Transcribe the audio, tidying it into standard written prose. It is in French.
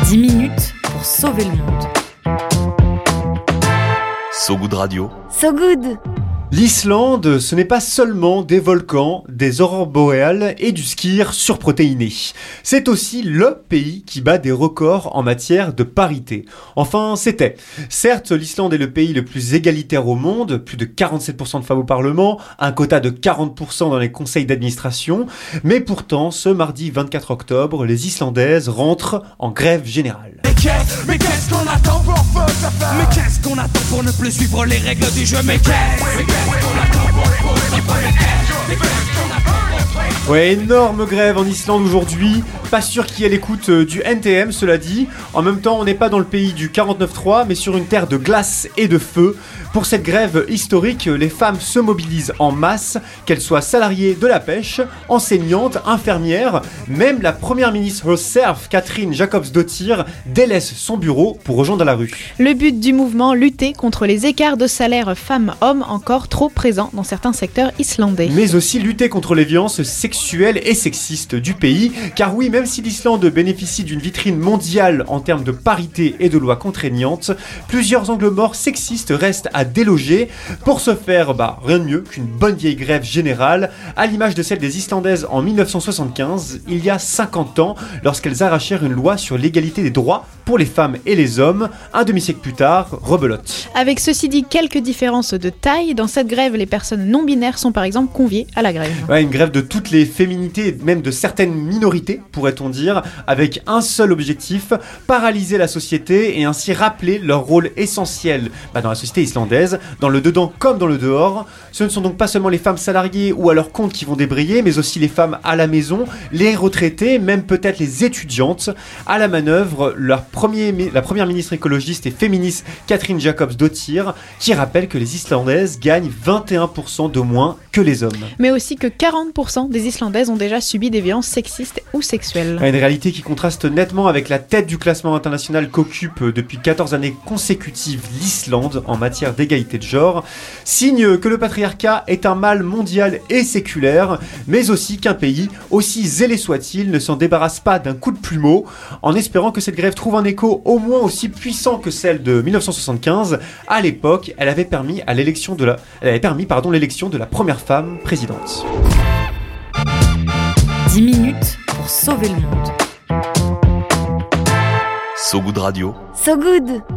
10 minutes pour sauver le monde. So Good Radio. So Good. L'Islande, ce n'est pas seulement des volcans, des aurores boréales et du ski surprotéiné. C'est aussi le pays qui bat des records en matière de parité. Enfin, c'était. Certes, l'Islande est le pays le plus égalitaire au monde, plus de 47% de femmes au Parlement, un quota de 40% dans les conseils d'administration, mais pourtant, ce mardi 24 octobre, les Islandaises rentrent en grève générale. Mais qu'est-ce qu'on attend pour Mais qu'est-ce qu'on attend pour ne plus suivre les règles du jeu Mais qu'est-ce qu'on attend pour Ouais, énorme grève en Islande aujourd'hui. Pas sûr qu'il y ait l'écoute du NTM, cela dit. En même temps, on n'est pas dans le pays du 49.3, mais sur une terre de glace et de feu. Pour cette grève historique, les femmes se mobilisent en masse, qu'elles soient salariées de la pêche, enseignantes, infirmières. Même la première ministre herself, Katrín Jakobsdóttir, délaisse son bureau pour rejoindre la rue. Le but du mouvement, lutter contre les écarts de salaire femmes-hommes encore trop présents dans certains secteurs islandais. Mais aussi lutter contre les violences sexuelles et sexistes du pays. Car oui, même si l'Islande bénéficie d'une vitrine mondiale en termes de parité et de lois contraignantes, plusieurs angles morts sexistes restent à déloger. Pour ce faire, rien de mieux qu'une bonne vieille grève générale, à l'image de celle des Islandaises en 1975, il y a 50 ans, lorsqu'elles arrachèrent une loi sur l'égalité des droits pour les femmes et les hommes. Un demi-siècle plus tard, rebelote. Avec ceci dit, quelques différences de taille. Dans cette grève, les personnes non-binaires sont par exemple conviées à la grève. Ouais, une grève de toutes les féminités, même de certaines minorités, pourrait-on dire, avec un seul objectif, paralyser la société et ainsi rappeler leur rôle essentiel dans la société islandaise, dans le dedans comme dans le dehors. Ce ne sont donc pas seulement les femmes salariées ou à leur compte qui vont débrayer, mais aussi les femmes à la maison, les retraités, même peut-être les étudiantes. À la manœuvre, la première ministre écologiste et féministe Katrín Jakobsdóttir, qui rappelle que les Islandaises gagnent 21% de moins que les hommes. Mais aussi que 40% des Islandaises ont déjà subi des violences sexistes ou sexuelles. Une réalité qui contraste nettement avec la tête du classement international qu'occupe depuis 14 années consécutives l'Islande en matière d'égalité de genre. Signe que le patriarcat est un mal mondial et séculaire, mais aussi qu'un pays, aussi zélé soit-il, ne s'en débarrasse pas d'un coup de plumeau, en espérant que cette grève trouve un écho au moins aussi puissant que celle de 1975. À l'époque, elle avait permis l'élection de la première femme présidente. 10 minutes pour sauver le monde. So Good Radio. So Good.